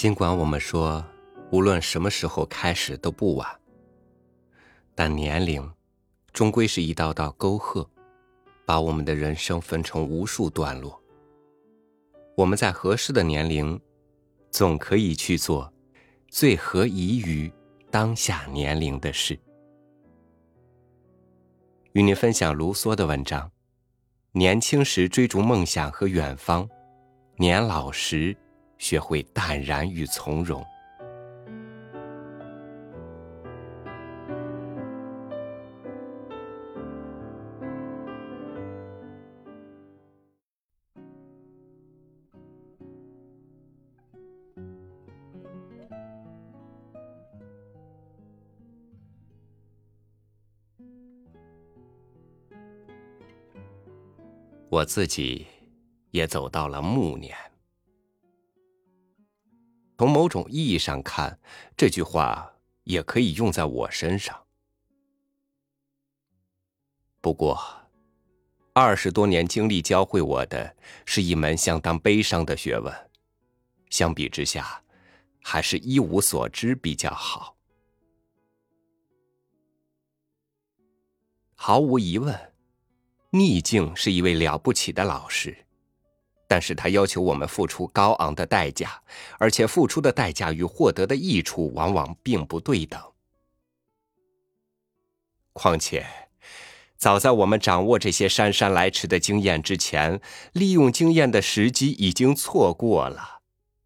尽管我们说无论什么时候开始都不晚，但年龄终归是一道道沟壑，把我们的人生分成无数段落。我们在合适的年龄总可以去做最合宜于当下年龄的事。与您分享卢梭的文章，年轻时追逐梦想和远方，年老时学会淡然与从容。我自己也走到了暮年。从某种意义上看，这句话也可以用在我身上。不过，20多年经历教会我的是一门相当悲伤的学问，相比之下，还是一无所知比较好。毫无疑问，逆境是一位了不起的老师，但是他要求我们付出高昂的代价，而且付出的代价与获得的益处往往并不对等。况且，早在我们掌握这些姗姗来迟的经验之前，利用经验的时机已经错过了。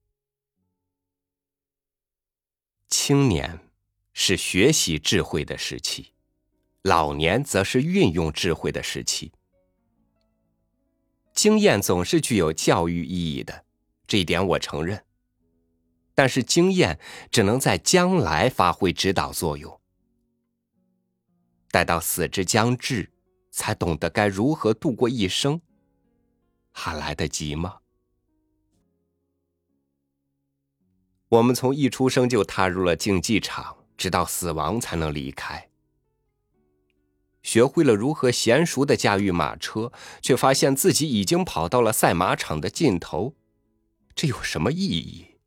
青年是学习智慧的时期，老年则是运用智慧的时期。经验总是具有教育意义的，这一点我承认。但是经验只能在将来发挥指导作用。待到死之将至，才懂得该如何度过一生，还来得及吗？我们从一出生就踏入了竞技场，直到死亡才能离开。学会了如何娴熟地驾驭马车，却发现自己已经跑到了赛马场的尽头，这有什么意义？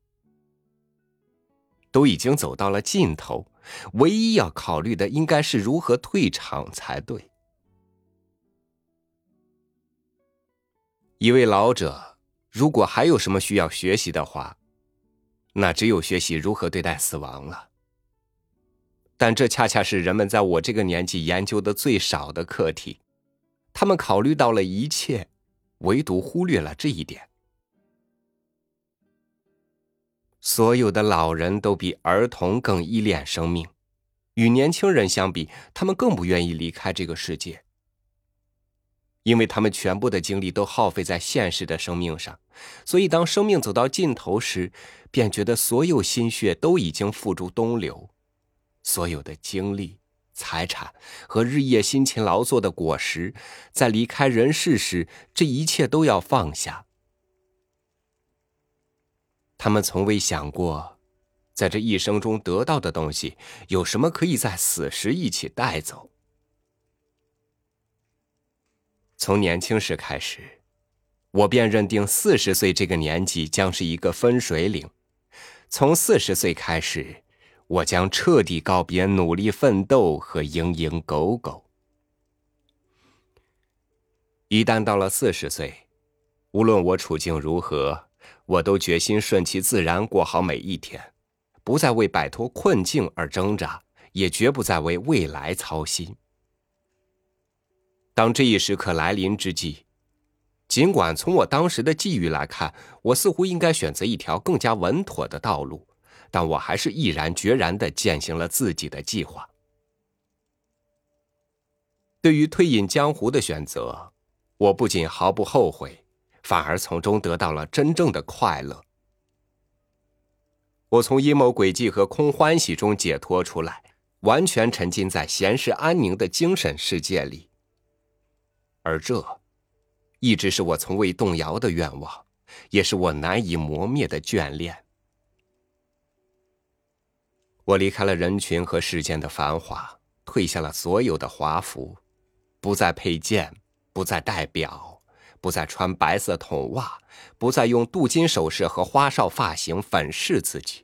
都已经走到了尽头，唯一要考虑的应该是如何退场才对。一位老者，如果还有什么需要学习的话，那只有学习如何对待死亡了。但这恰恰是人们在我这个年纪研究的最少的课题，他们考虑到了一切，唯独忽略了这一点。所有的老人都比儿童更依恋生命，与年轻人相比，他们更不愿意离开这个世界，因为他们全部的精力都耗费在现实的生命上，所以当生命走到尽头时，便觉得所有心血都已经付诸东流，所有的精力、财产和日夜辛勤劳作的果实，在离开人世时，这一切都要放下。他们从未想过，在这一生中得到的东西，有什么可以在死时一起带走。从年轻时开始，我便认定40岁这个年纪将是一个分水岭。从40岁开始，我将彻底告别努力奋斗和蝇营狗苟。一旦到了40岁，无论我处境如何，我都决心顺其自然过好每一天，不再为摆脱困境而挣扎，也绝不再为未来操心。当这一时刻来临之际，尽管从我当时的际遇来看，我似乎应该选择一条更加稳妥的道路，但我还是毅然决然地践行了自己的计划。对于退隐江湖的选择，我不仅毫不后悔，反而从中得到了真正的快乐。我从阴谋诡计和空欢喜中解脱出来，完全沉浸在闲适安宁的精神世界里。而这一直是我从未动摇的愿望，也是我难以磨灭的眷恋。我离开了人群和世间的繁华，褪下了所有的华服，不再佩剑，不再戴表， 不再穿白色筒袜，不再用镀金首饰和花哨发型粉饰自己。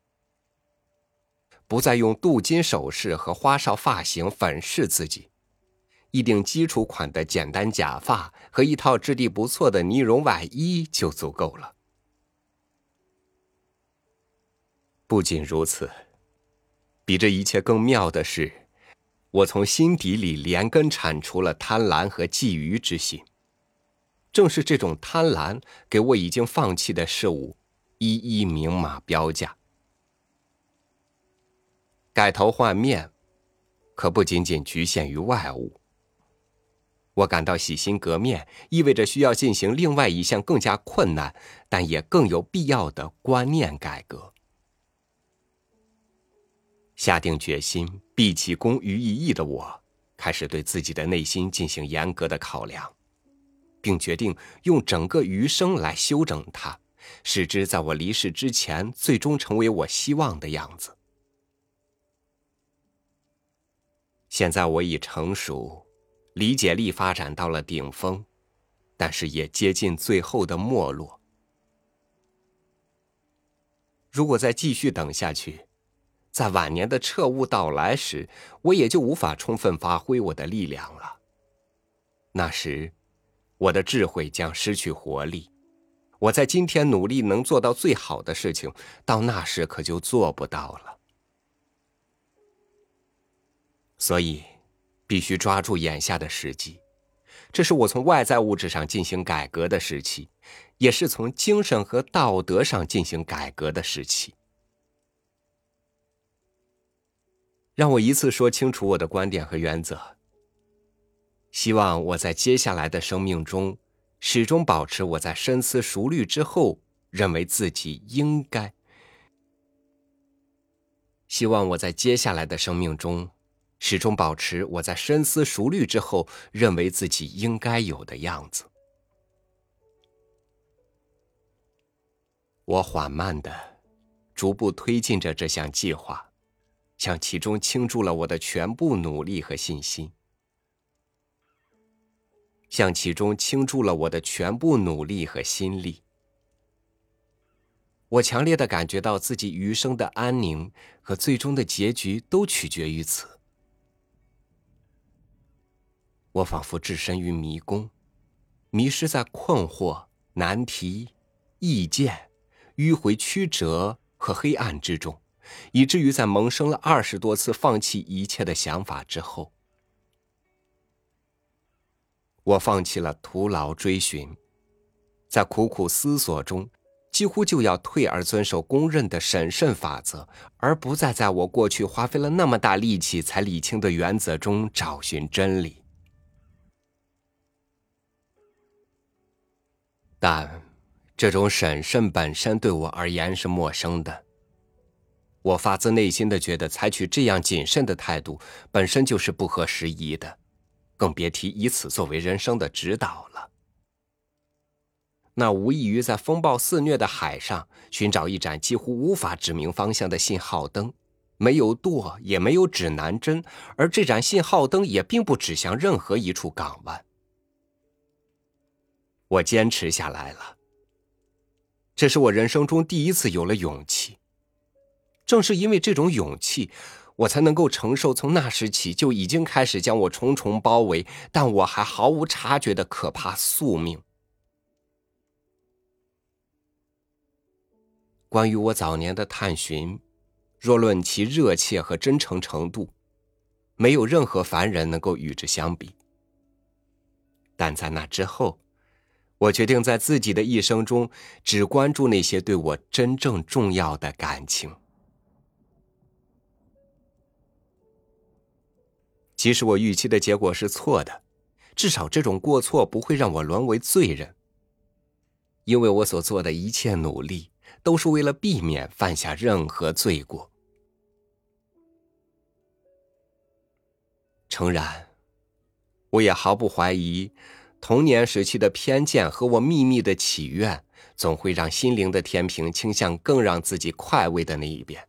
一顶基础款的简单假发和一套质地不错的呢绒外衣就足够了。不仅如此，比这一切更妙的是，我从心底里连根铲除了贪婪和觊觎之心。正是这种贪婪，给我已经放弃的事物一一明码标价。改头换面，可不仅仅局限于外物。我感到洗心革面意味着需要进行另外一项更加困难，但也更有必要的观念改革。下定决心毕其功于一役的我，开始对自己的内心进行严格的考量，并决定用整个余生来修整它，使之在我离世之前最终成为我希望的样子。现在我已成熟，理解力发展到了顶峰，但是也接近最后的没落。如果再继续等下去，在晚年的彻悟到来时，我也就无法充分发挥我的力量了。那时，我的智慧将失去活力，我在今天努力能做到最好的事情，到那时可就做不到了。所以，必须抓住眼下的时机，这是我从外在物质上进行改革的时期，也是从精神和道德上进行改革的时期。让我一次说清楚我的观点和原则。希望我在接下来的生命中，始终保持我在深思熟虑之后认为自己应该。希望我在接下来的生命中，始终保持我在深思熟虑之后认为自己应该有的样子。我缓慢地、逐步推进着这项计划，向其中倾注了我的全部努力和信心。向其中倾注了我的全部努力和心力。我强烈地感觉到自己余生的安宁和最终的结局都取决于此。我仿佛置身于迷宫，迷失在困惑、难题、意见、迂回曲折和黑暗之中，以至于在萌生了20多次放弃一切的想法之后，我放弃了徒劳追寻，在苦苦思索中，几乎就要退而遵守公认的审慎法则，而不再在我过去花费了那么大力气才理清的原则中找寻真理。但这种审慎本身对我而言是陌生的。我发自内心地觉得采取这样谨慎的态度本身就是不合时宜的，更别提以此作为人生的指导了。那无异于在风暴肆虐的海上寻找一盏几乎无法指明方向的信号灯，没有舵也没有指南针，而这盏信号灯也并不指向任何一处港湾。我坚持下来了，这是我人生中第一次有了勇气。正是因为这种勇气，我才能够承受从那时起就已经开始将我重重包围，但我还毫无察觉的可怕宿命。关于我早年的探寻，若论其热切和真诚程度，没有任何凡人能够与之相比。但在那之后，我决定在自己的一生中只关注那些对我真正重要的感情。即使我预期的结果是错的，至少这种过错不会让我沦为罪人，因为我所做的一切努力都是为了避免犯下任何罪过。诚然，我也毫不怀疑童年时期的偏见和我秘密的祈愿总会让心灵的天平倾向更让自己快慰的那一边。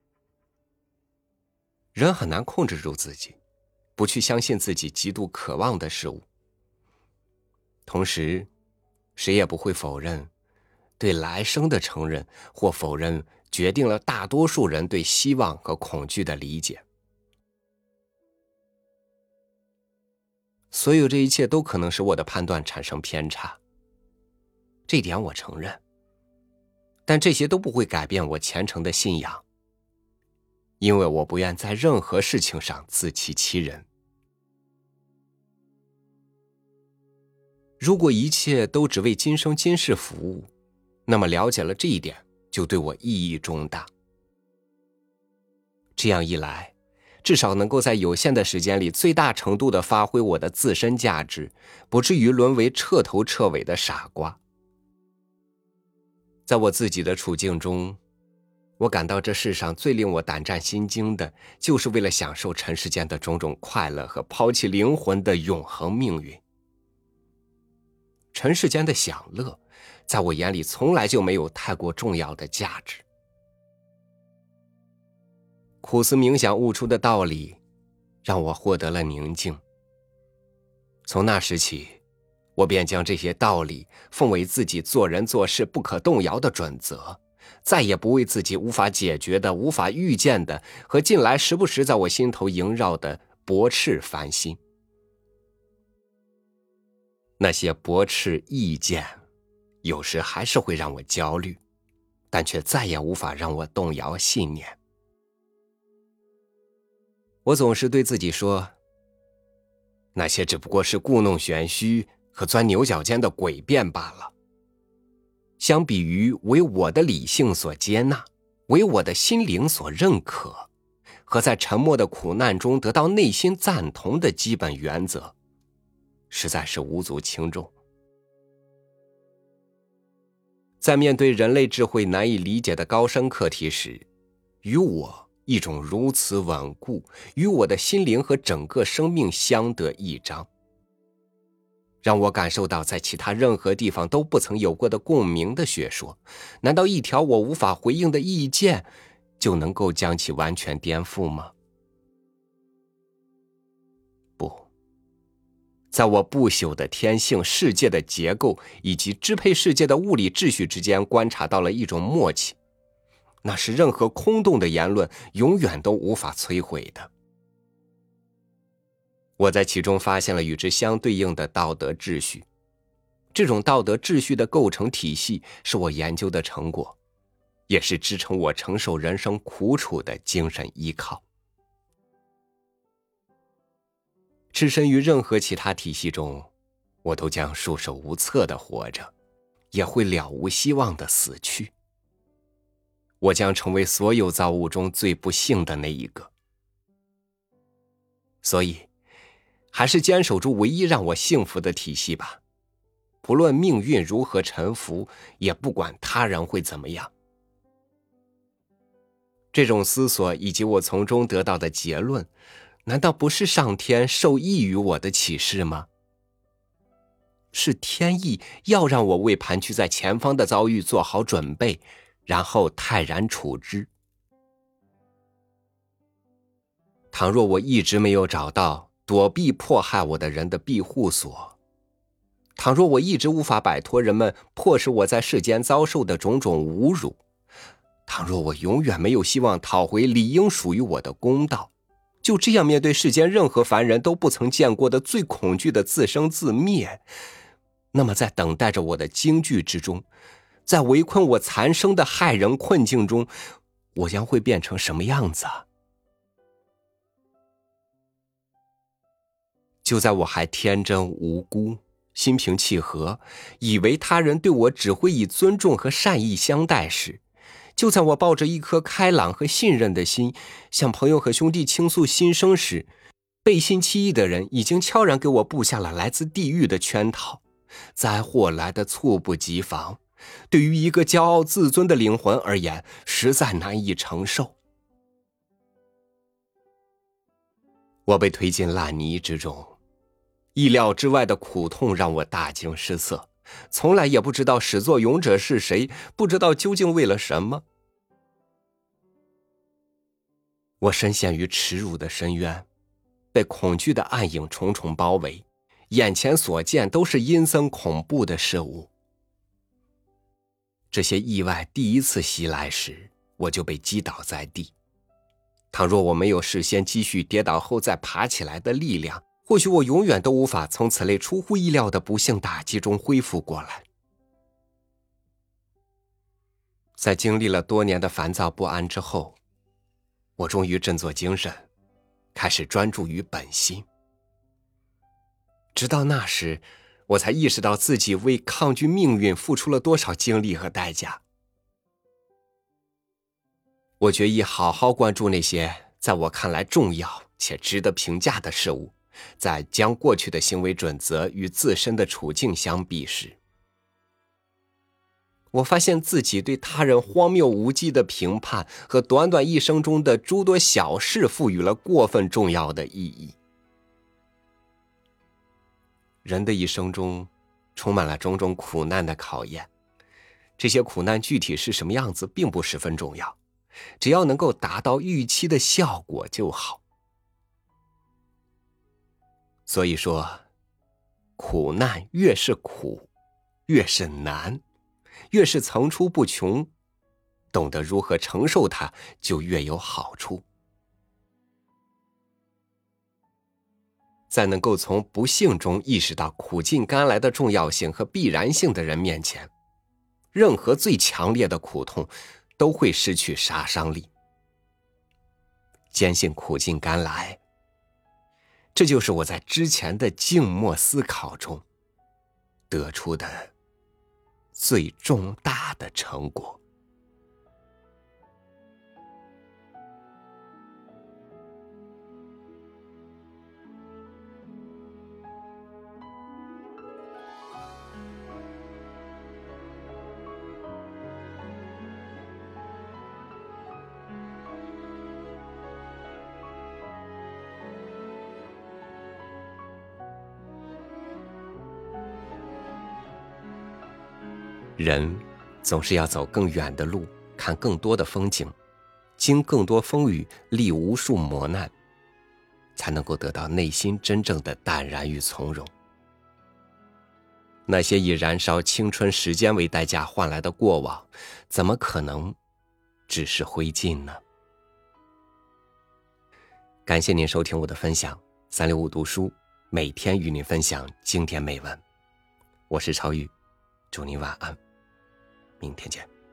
人很难控制住自己，不去相信自己极度渴望的事物。 同时，谁也不会否认，对来生的承认或否认决定了大多数人对希望和恐惧的理解。所有这一切都可能使我的判断产生偏差，这点我承认。但这些都不会改变我虔诚的信仰，因为我不愿在任何事情上自欺欺人。如果一切都只为今生今世服务，那么了解了这一点就对我意义重大。这样一来，至少能够在有限的时间里最大程度地发挥我的自身价值，不至于沦为彻头彻尾的傻瓜。在我自己的处境中，我感到这世上最令我胆战心惊的，就是为了享受尘世间的种种快乐和抛弃灵魂的永恒命运。尘世间的享乐，在我眼里从来就没有太过重要的价值。苦思冥想悟出的道理，让我获得了宁静。从那时起，我便将这些道理奉为自己做人做事不可动摇的准则，再也不为自己无法解决的、无法预见的和近来时不时在我心头萦绕的驳斥烦心。那些驳斥意见，有时还是会让我焦虑，但却再也无法让我动摇信念。我总是对自己说，那些只不过是故弄玄虚和钻牛角尖的诡辩罢了。相比于为我的理性所接纳，为我的心灵所认可，和在沉默的苦难中得到内心赞同的基本原则，实在是无足轻重。在面对人类智慧难以理解的高深课题时，与我一种如此稳固，与我的心灵和整个生命相得益彰，让我感受到在其他任何地方都不曾有过的共鸣的学说，难道一条我无法回应的意见就能够将其完全颠覆吗？不，在我不朽的天性、世界的结构以及支配世界的物理秩序之间观察到了一种默契，那是任何空洞的言论永远都无法摧毁的。我在其中发现了与之相对应的道德秩序，这种道德秩序的构成体系是我研究的成果，也是支撑我承受人生苦楚的精神依靠。置身于任何其他体系中，我都将束手无策地活着，也会了无希望地死去。我将成为所有造物中最不幸的那一个。所以还是坚守住唯一让我幸福的体系吧，不论命运如何沉浮，也不管他人会怎么样。这种思索以及我从中得到的结论，难道不是上天授意于我的启示吗？是天意要让我为盘踞在前方的遭遇做好准备，然后泰然处之。倘若我一直没有找到躲避迫害我的人的庇护所，倘若我一直无法摆脱人们迫使我在世间遭受的种种侮辱，倘若我永远没有希望讨回理应属于我的公道，就这样面对世间任何凡人都不曾见过的最恐惧的自生自灭，那么在等待着我的惊惧之中，在围困我残生的害人困境中，我将会变成什么样子啊？就在我还天真无辜、心平气和，以为他人对我只会以尊重和善意相待时，就在我抱着一颗开朗和信任的心，向朋友和兄弟倾诉心声时，背信弃义的人已经悄然给我布下了来自地狱的圈套，灾祸来得猝不及防，对于一个骄傲自尊的灵魂而言，实在难以承受。我被推进烂泥之中，意料之外的苦痛让我大惊失色，从来也不知道始作俑者是谁，不知道究竟为了什么。我深陷于耻辱的深渊，被恐惧的暗影重重包围， 眼前所见都是阴森恐怖的事物。这些意外第一次袭来时，我就被击倒在地。倘若我没有事先积蓄跌倒后再爬起来的力量，或许我永远都无法从此类出乎意料的不幸打击中恢复过来。在经历了多年的烦躁不安之后，我终于振作精神，开始专注于本心。直到那时，我才意识到自己为抗拒命运付出了多少精力和代价。我决意好好关注那些在我看来重要且值得评价的事物，在将过去的行为准则与自身的处境相比时，我发现自己对他人荒谬无稽的评判和短短一生中的诸多小事赋予了过分重要的意义。人的一生中充满了种种苦难的考验，这些苦难具体是什么样子并不十分重要，只要能够达到预期的效果就好。所以说，苦难越是苦，越是难，越是层出不穷，懂得如何承受它，就越有好处。在能够从不幸中意识到苦尽甘来的重要性和必然性的人面前，任何最强烈的苦痛都会失去杀伤力。坚信苦尽甘来，这就是我在之前的静默思考中得出的最重大的成果。人总是要走更远的路，看更多的风景，经更多风雨，历无数磨难，才能够得到内心真正的淡然与从容。那些以燃烧青春时间为代价换来的过往，怎么可能只是灰烬呢？感谢您收听我的分享，365读书每天与您分享经典美文。我是超宇，祝您晚安，明天见。